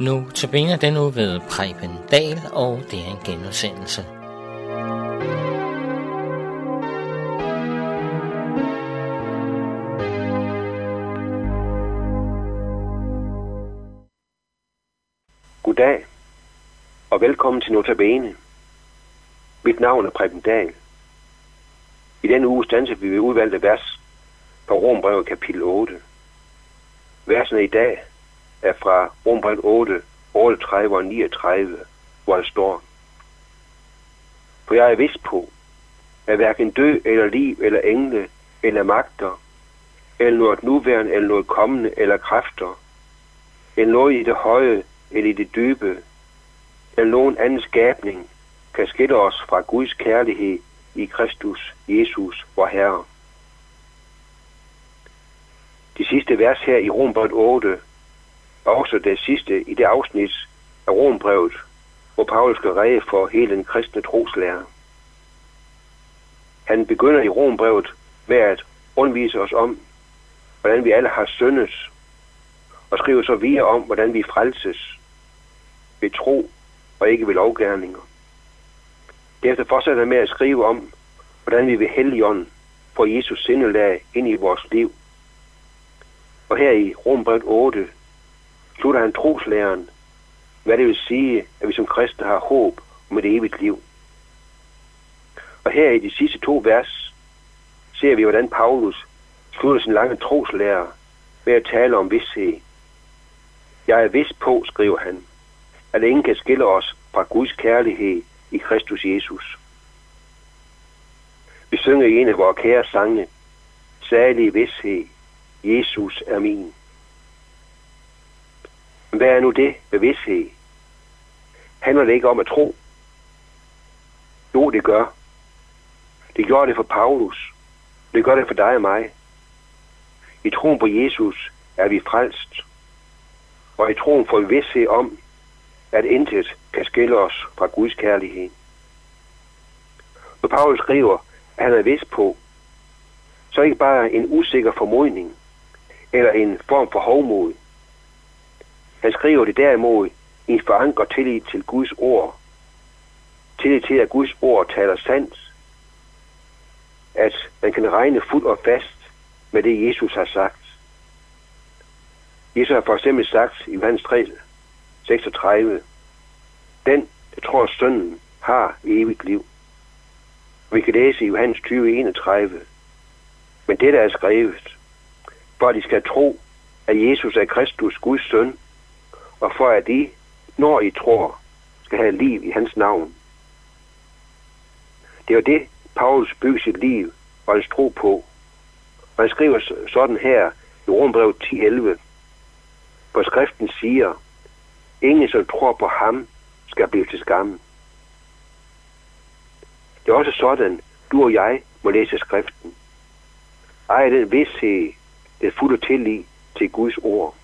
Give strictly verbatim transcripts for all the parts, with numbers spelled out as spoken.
Nu tilbage den nu ved Preben Dahl, og det er en genudsendelse. Goddag, og velkommen til Notabene. Mit navn er Preben Dahl. I denne uge standser vi ved udvalgte vers fra Romerbrevet kapitel otte. Versene i dag er fra Romerbrevet otte, otteogtredive og niogtredive, hvor der står: For jeg er vidst på, at hverken død eller liv eller engle eller magter, eller noget nuværende eller noget kommende eller kræfter, eller noget i det høje eller i det dybe, eller nogen anden skabning, kan skille os fra Guds kærlighed i Kristus Jesus, vor Herre. De sidste vers her i Romerbrevet otte er også det sidste i det afsnit af Romerbrevet, hvor Paulus skal rede for hele den kristne troslære. Han begynder i Romerbrevet med at undervise os om, hvordan vi alle har syndet, og skriver så videre om, hvordan vi frelses ved tro og ikke ved lovgerninger. Derefter fortsætter han med at skrive om, hvordan vi ved Helligånden får Jesus sindelag ind i vores liv. Og her i Romerbrevet otte slutter han troslæren, hvad det vil sige, at vi som kristne har håb om et evigt liv. Og her i de sidste to vers ser vi, hvordan Paulus slutter sin lange troslære ved at tale om vished. Jeg er vidst på, skriver han, at ingen kan skille os fra Guds kærlighed i Kristus Jesus. Vi synger i en af vores kære sange, salig vished, Jesus er min. Men hvad er nu det ved vished? Handler det ikke om at tro? Jo, det gør. Det gjorde det for Paulus. Det gør det for dig og mig. I troen på Jesus er vi frelst. Og i troen får vi vished om, at intet kan skille os fra Guds kærlighed. Når Paulus skriver, at han er vidst på, så er det ikke bare en usikker formodning eller en form for hovmod. Han skriver det derimod i en forankret tillid til Guds ord. Tillid til, at Guds ord taler sandt. At man kan regne fuldt og fast med det, Jesus har sagt. Jesus har for eksempel sagt i Johannes tre, seksogtredive, den, der tror sønnen, har evigt liv. Vi kan læse i Johannes tyve, enogtredive, men det, der er skrevet, for at de skal tro, at Jesus er Kristus, Guds søn, og for at de, når I tror, skal have liv i hans navn. Det er jo det, Paulus bygger sit liv og hans tro på. Og han skriver sådan her i Romerbrevet ti, elleve, hvor skriften siger, ingen, som tror på ham, skal blive til skamme. Det er også sådan, du og jeg må læse skriften. Ej den vidsthed, den fulde tillid til Guds ord.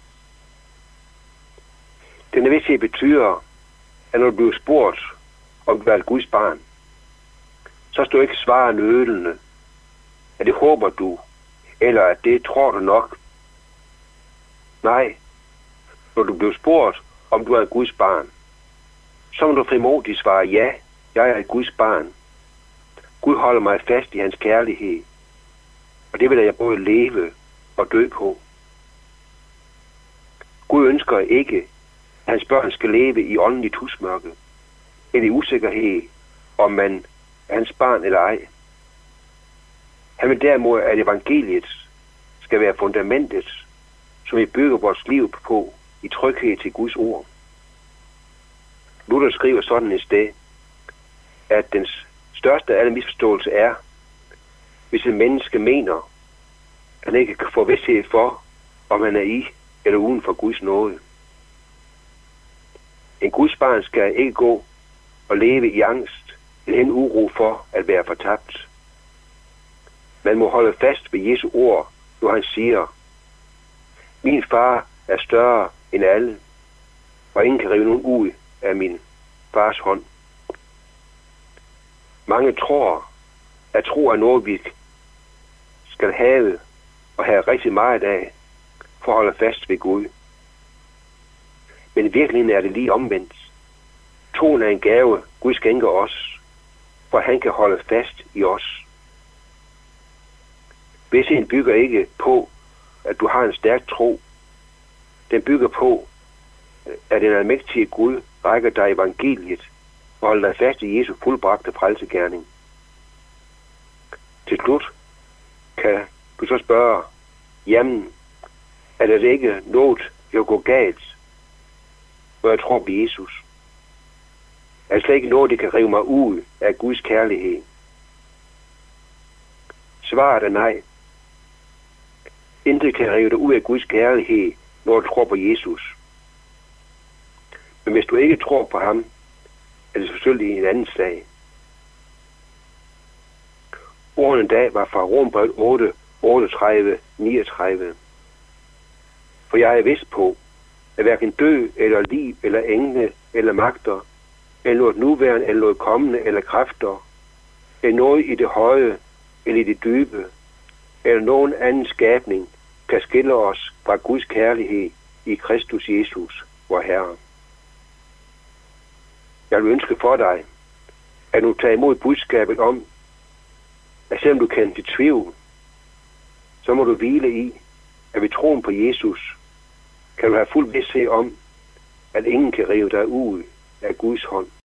Denne vidsthed betyder, at når du bliver spurgt, om du er et Guds barn, så skal du ikke svare nølende, at det håber du, eller at det tror du nok. Nej, når du bliver spurgt, om du er et Guds barn, så må du frimodigt svare, ja, jeg er et Guds barn. Gud holder mig fast i hans kærlighed, og det vil jeg både leve og dø på. Gud ønsker ikke, at hans børn skal leve i åndelig tusmørke, eller i usikkerhed, om man er hans barn eller ej. Han vil derimod, at evangeliet skal være fundamentet, som vi bygger vores liv på i tryghed til Guds ord. Luther skriver sådan et sted, at den største af alle misforståelse er, hvis et menneske mener, at han ikke kan få vished for, om han er i eller uden for Guds nåde. En Guds barn skal ikke gå og leve i angst eller en uro for at være fortabt. Man må holde fast ved Jesu ord, når han siger, min far er større end alle, og ingen kan rive nogen ud af min fars hånd. Mange tror, at tro er noget, vi skal have og have rigtig meget af, for at holde fast ved Gud. Men i virkeligheden er det lige omvendt. Troen er en gave, Gud skænker os, for han kan holde fast i os. Vidstheden bygger ikke på, at du har en stærk tro. Den bygger på, at den almægtige Gud rækker dig evangeliet og holder dig fast i Jesu fuldbragte frelsegerning. Til slut kan du så spørge, jamen, er det ikke noget, jeg går galt, når jeg tror på Jesus? Er det slet ikke noget, det kan rive mig ud af Guds kærlighed? Svaret er nej. Intet kan rive dig ud af Guds kærlighed, når du tror på Jesus. Men hvis du ikke tror på ham, er det selvfølgelig en anden sag. Ordene dag var fra Romerbrevet otte, otteogtredive, niogtredive. For jeg er vist på, at hverken død eller liv eller engle eller magter, eller noget nuværende eller noget kommende eller kræfter, eller noget i det høje eller i det dybe, eller nogen anden skabning, kan skille os fra Guds kærlighed i Kristus Jesus, vor Herre. Jeg vil ønske for dig, at du tager imod budskabet om, at selvom du kan til tvivl, så må du hvile i, at ved troen på Jesus, kan du have fuld vished om, at ingen kan rive dig ud af Guds hånd.